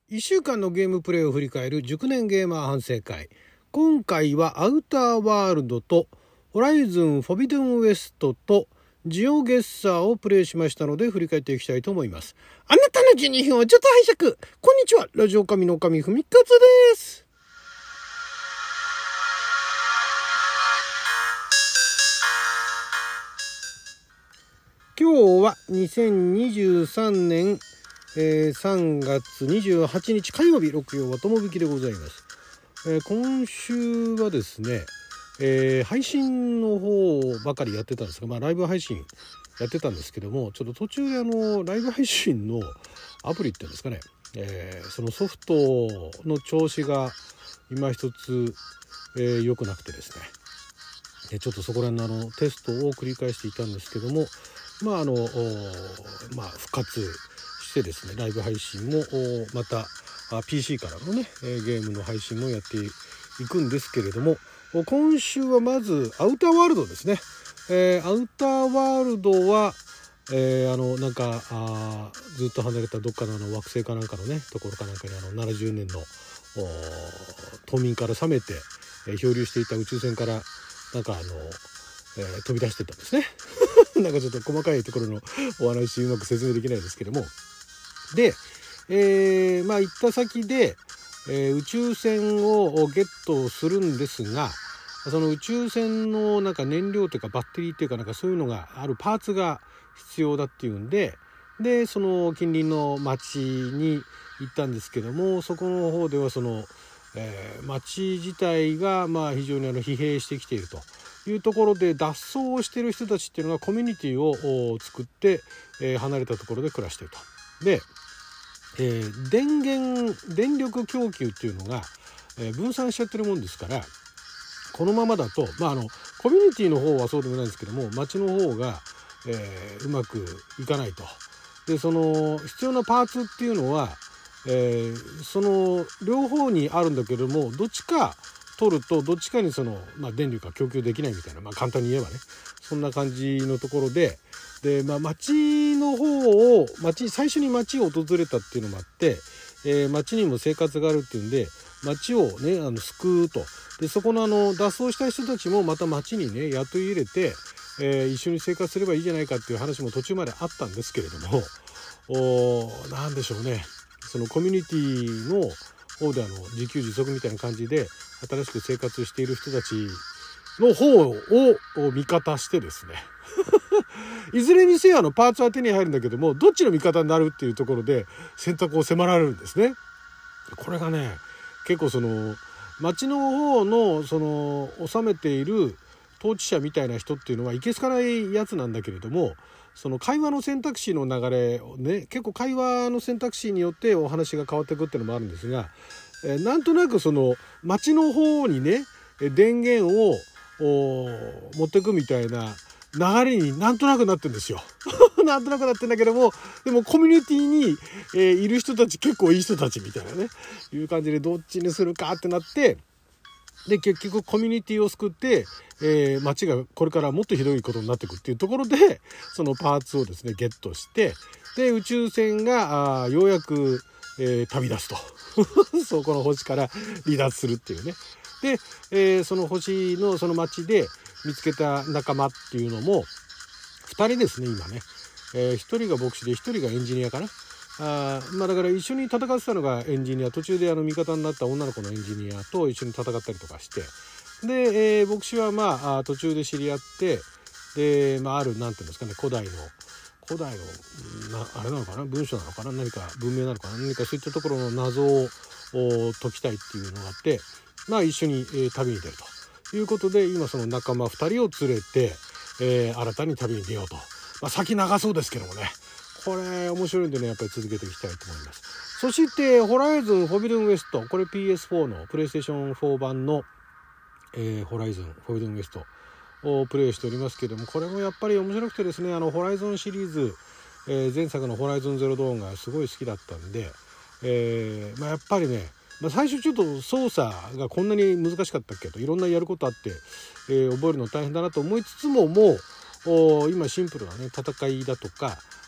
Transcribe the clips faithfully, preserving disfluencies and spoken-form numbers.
いっしゅうかんのゲームプレイを振り返る熟年ゲーマー反省会。今回はアウターワールドとホライズンフォビドゥンウエストとジオゲッサーをプレイしましたので振り返っていきたいと思います。あなたのじゅうにふんをちょっと拝借。こんにちは、ラジオ神の神ふみかつです。今日はにせんにじゅうさんねんえー、さんがつにじゅうはちにち火曜日、六曜はともびきでございます。えー、今週はですね、えー、配信の方ばかりやってたんですが、まあライブ配信やってたんですけども、ちょっと途中であのライブ配信のアプリっていうんですかね、えー、そのソフトの調子が今一つ良、えー、くなくてですね、ちょっとそこら辺のあのテストを繰り返していたんですけども、まああのまあ復活してですね、ライブ配信もまた ピーシー からのねゲームの配信もやっていくんですけれども、今週はまずアウターワールドですね。えー、アウターワールドは、えー、あのなんかあずっと離れたどっかのあの惑星かなんかのねところかなんかにあのななじゅうねんの冬眠から覚めて、えー、漂流していた宇宙船からなんかあの、えー、飛び出してたんですね。なんかちょっと細かいところのお話うまく説明できないですけども、で、えー、まあ行った先で、えー、宇宙船をゲットするんですが、その宇宙船のなんか燃料というかバッテリーというかなんかそういうのがあるパーツが必要だっていうんで、でその近隣の町に行ったんですけども、そこの方ではその、えー、町自体がまあ非常にあの疲弊してきているというところで、脱走をしている人たちっていうのがコミュニティを作って、えー、離れたところで暮らしていると。で、えー、電源電力供給っていうのが、えー、分散しちゃってるもんですから、このままだと、まあ、あのコミュニティの方はそうでもないんですけども、町の方が、えー、うまくいかないと。でその必要なパーツっていうのは、えー、その両方にあるんだけども、どっちか取るとどっちかにその、まあ、電力が供給できないみたいな、まあ、簡単に言えばねそんな感じのところで、で、まあ、町の方を町最初に町を訪れたっていうのもあって、えー、町にも生活があるっていうんで町をねあの救うと。でそこのあの脱走した人たちもまた町にね雇い入れて、えー、一緒に生活すればいいじゃないかっていう話も途中まであったんですけれども、おなんでしょうね、そのコミュニティの方であの自給自足みたいな感じで新しく生活している人たちの方を味方してですねいずれにせよあのパーツは手に入るんだけども、どっちの味方になるっていうところで選択を迫られるんですね。これがね結構その町の方のその治めている統治者みたいな人っていうのはいけすかないやつなんだけれども、その会話の選択肢の流れをね、結構会話の選択肢によってお話が変わっていくっていうのもあるんですが、えー、なんとなくその町の方にね電源を持ってくみたいな流れになんとなくなってるんですよなんとなくなってるんだけども、でもコミュニティに、えー、いる人たち結構いい人たちみたいなねいう感じでどっちにするかってなって、で結局コミュニティを救って、えー、街がこれからもっとひどいことになっていくっていうところでそのパーツをですねゲットして、で宇宙船があようやく、えー、旅立つとそこの星から離脱するっていうね。で、えー、その星のその街で見つけた仲間っていうのもふたりですね今ね、えー、ひとりが牧師でひとりがエンジニアかな。あまあだから一緒に戦ってたのがエンジニア、途中であの味方になった女の子のエンジニアと一緒に戦ったりとかして、で、えー、牧師はまあ途中で知り合って、で、まあ、あるなんていうんですかね、古代の古代のなあれなのかな、文章なのかな、何か文明なのかな、何かそういったところの謎を解きたいっていうのがあって、まあ一緒に、えー、旅に出るということで、今その仲間ふたりを連れて、えー、新たに旅に出ようと。まあ、先長そうですけどもね、これ面白いんでねやっぱり続けていきたいと思います。そしてホライズンフォビドゥンウエスト、これ ピーエスフォー のプレイステーションフォー版の、えー、ホライズンフォビドゥンウエストをプレイしておりますけども、これもやっぱり面白くてですね、あのホライズンシリーズ、えー、前作のホライズンゼロドーンがすごい好きだったんで、えーまあ、やっぱりね、まあ、最初ちょっと操作がこんなに難しかったっけと、いろんなやることあって、えー、覚えるの大変だなと思いつつも、もう今シンプルなね戦いだとか、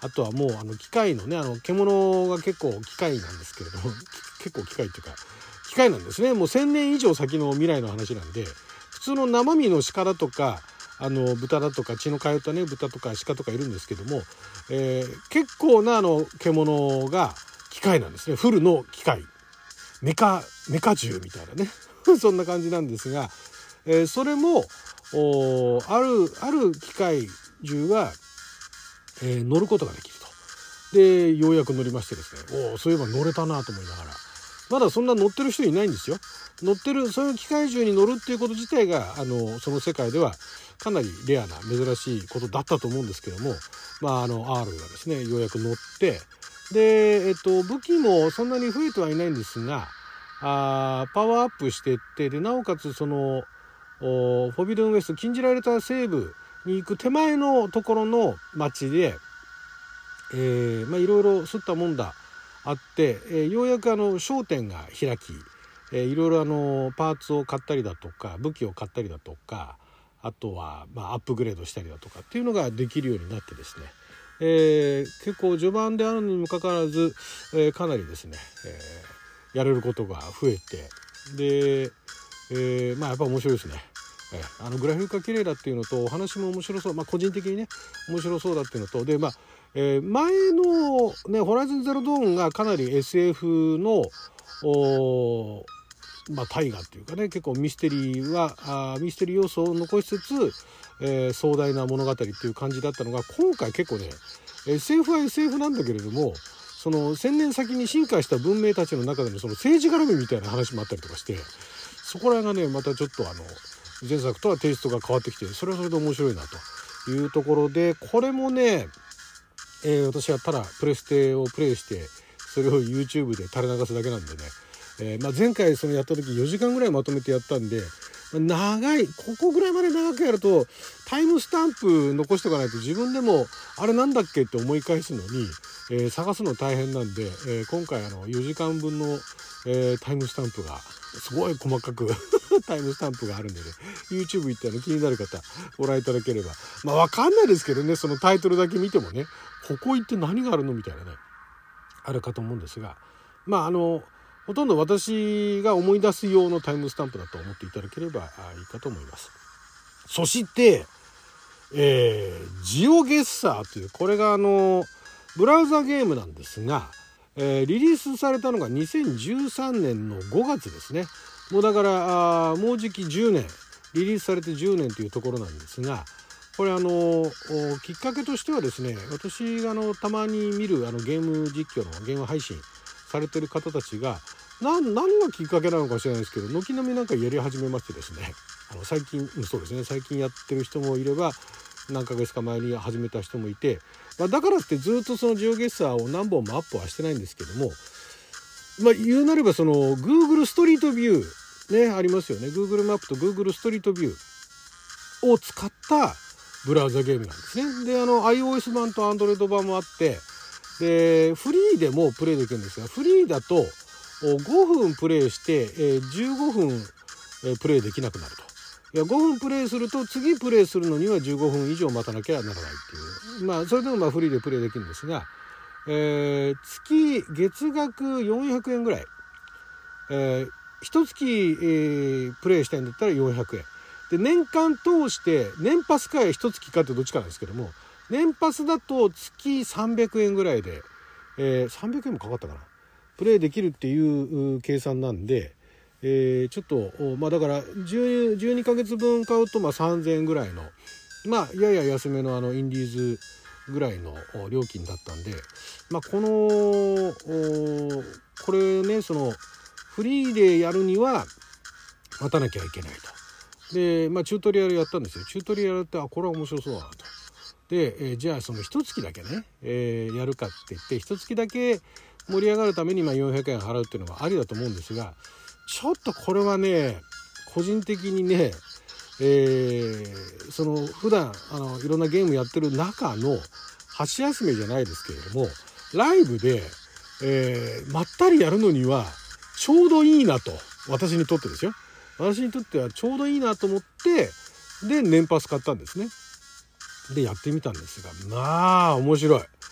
あとはもうあの機械のね、あの獣が結構機械なんですけれども、結構機械っていうか機械なんですね。もうせんねん以上先の未来の話なんで、普通の生身の鹿だとかあの豚だとか血の通ったね豚とか鹿とかいるんですけども、えー、結構なあの獣が機械なんですね。フルの機械、メカメカ銃みたいなねそんな感じなんですが、えー、それもあるある機械銃は、えー、乗ることができると。でようやく乗りましてですね、おおそういえば乗れたなと思いながら、まだそんな乗ってる人いないんですよ。乗ってるそういう機械銃に乗るっていうこと自体があのその世界ではかなりレアな珍しいことだったと思うんですけども、まああの R がですねようやく乗って、で、えっと、武器もそんなに増えてはいないんですが、あパワーアップしていって、でなおかつそのフォビドゥンウェスト、禁じられた西部に行く手前のところの町で、えー、まあいろいろすったもんだあって、えー、ようやくあの商店が開き、えー、いろいろあのパーツを買ったりだとか武器を買ったりだとか、あとはまあアップグレードしたりだとかっていうのができるようになってですね、えー、結構序盤であるにもかかわらず、えー、かなりですね、えー、やれることが増えて、で、えー、まあやっぱ面白いですね。えー、あのグラフィックが綺麗だっていうのと、お話も面白そう、まあ個人的にね面白そうだっていうのと、でまあ、えー、前のねホライゾンゼロドーンがかなり エスエフ のおまあ大河っていうかね、結構ミステリーはあミステリー要素を残しつつ、えー、壮大な物語っていう感じだったのが、今回結構ね エスエフ は エスエフ なんだけれども、その千年先に進化した文明たちの中でのその政治絡みみたいな話もあったりとかして、そこら辺がねまたちょっとあの前作とはテイストが変わってきて、それはそれで面白いなというところで、これもね、えー、私はただプレステをプレイしてそれを YouTube で垂れ流すだけなんでね、えーまあ、前回そのやった時よじかんぐらいまとめてやったんで、長いここぐらいまで長くやるとタイムスタンプ残しておかないと自分でもあれなんだっけって思い返すのに、えー、探すの大変なんで、えー、今回あのよじかんぶんの、えー、タイムスタンプがすごい細かくタイムスタンプがあるんでね、 YouTube 行ったら気になる方ご覧いただければ、まあ分かんないですけどね、そのタイトルだけ見てもね、ここ行って何があるのみたいなねあるかと思うんですが、まああのほとんど私が思い出す用のタイムスタンプだと思っていただければいいかと思います。そして、えー、ジオゲッサーという、これがあのブラウザゲームなんですが、えー、リリースされたのがにせんじゅうさんねんのごがつですね。もうだからあもうじきじゅうねん、リリースされてじゅうねんというところなんですが、これあのきっかけとしてはですね、私があのたまに見るあのゲーム実況のゲーム配信されてる方たちが何何がきっかけなのか知らないですけど、軒並みなんかやり始めましてですね、あの最近そうですね最近やってる人もいれば何ヶ月か前に始めた人もいて、まあ、だからってずっとそのジオゲッサーを何本もアップはしてないんですけども、まあ言うなればその Google ストリートビューねありますよね。 Google マップと Google ストリートビューを使ったブラウザゲームなんですね。であの iOS 版と Android 版もあって、でフリーでもプレイできるんですが、フリーだとごふんプレイして、えー、じゅうごふん、えー、プレイできなくなると。いやごふんプレイすると次プレイするのにはじゅうごふん以上待たなきゃならないっていう、まあそれでもまあフリーでプレイできるんですが、えー、月月額よんひゃくえんぐらい、えー、一月、えー、プレイしたいんだったらよんひゃくえんで、年間通して年パスか一月かってどっちかなんですけども、年パスだと月さんびゃくえんぐらいで、えー、さんびゃくえんもかかったかな、プレイできるっていう計算なんで、えー、ちょっとまあだからじゅう、じゅうにかげつぶん買うとまあさんぜんえんぐらいの、まあやや安めのあのインディーズぐらいの料金だったんで、まあこのこれねそのフリーでやるには待たなきゃいけないと。でまあチュートリアルやったんですよ。チュートリアルってあこれは面白そうだなと。で、えー、じゃあその一月だけね、えー、やるかって言って一月だけ盛り上がるためにまあよんひゃくえん払うっていうのはありだと思うんですが、ちょっとこれはね個人的にね、えー、その普段あのいろんなゲームやってる中の箸休めじゃないですけれども、ライブで、えー、まったりやるのにはちょうどいいなと、私にとってですよ、私にとってはちょうどいいなと思ってで年パス買ったんですね。でやってみたんですが、まあ面白い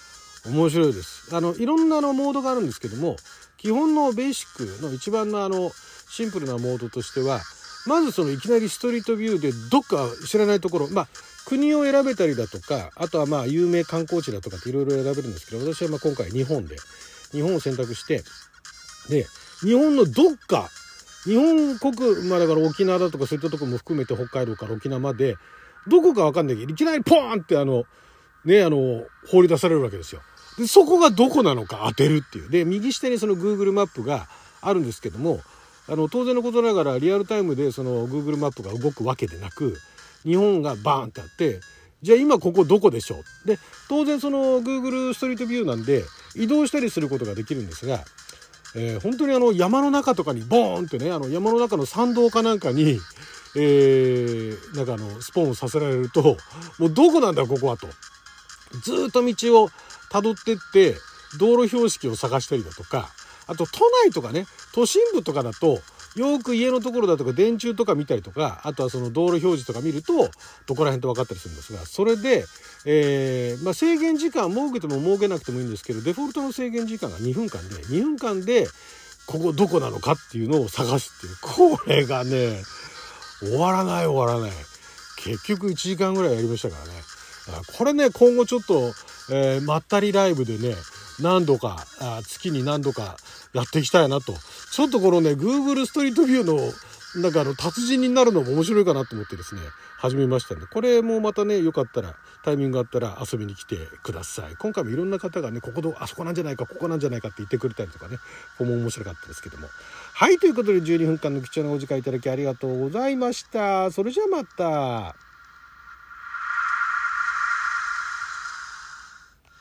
面白いです。あのいろんなのモードがあるんですけども、基本のベーシックの一番のあのシンプルなモードとしては、まずそのいきなりストリートビューでどっか知らないところ、まあ国を選べたりだとか、あとはまあ有名観光地だとかっていろいろ選べるんですけど、私はまあ今回日本で日本を選択して、で日本のどっか日本国、まあだから沖縄だとかそういったところも含めて北海道から沖縄までどこかわかんないけどいきなりポーンってあのねあの放り出されるわけですよ。でそこがどこなのか当てるっていう。で右下にその Google マップがあるんですけども、あの当然のことながらリアルタイムでその Google マップが動くわけでなく、日本がバーンってあって、じゃあ今ここどこでしょう。で当然その Google ストリートビューなんで移動したりすることができるんですが、えー、本当にあの山の中とかにボーンってね、あの山の中の山道かなんかに、えー、なんかあのスポーンさせられると、もうどこなんだここはと、ずっと道をたどってって道路標識を探したりだとか、あと都内とかね都心部とかだとよく家のところだとか電柱とか見たりとか、あとはその道路表示とか見るとどこら辺と分かったりするんですが、それで、えーまあ、制限時間設けても設けなくてもいいんですけど、デフォルトの制限時間がにふんかんでにふんかんでここどこなのかっていうのを探すっていう、これがね終わらない終わらない。結局いちじかんぐらいやりましたからね。これね今後ちょっと、えー、まったりライブでね何度かあ月に何度かやっていきたいなと。ちょっとこのね Google ストリートビューのなんかあの達人になるのも面白いかなと思ってですね始めましたんで、これもまたねよかったらタイミングがあったら遊びに来てください。今回もいろんな方がねここどあそこなんじゃないかここなんじゃないかって言ってくれたりとかね、ここも面白かったですけども。はい、ということでじゅうにふんかんの貴重なお時間いただきありがとうございました。それじゃあまた。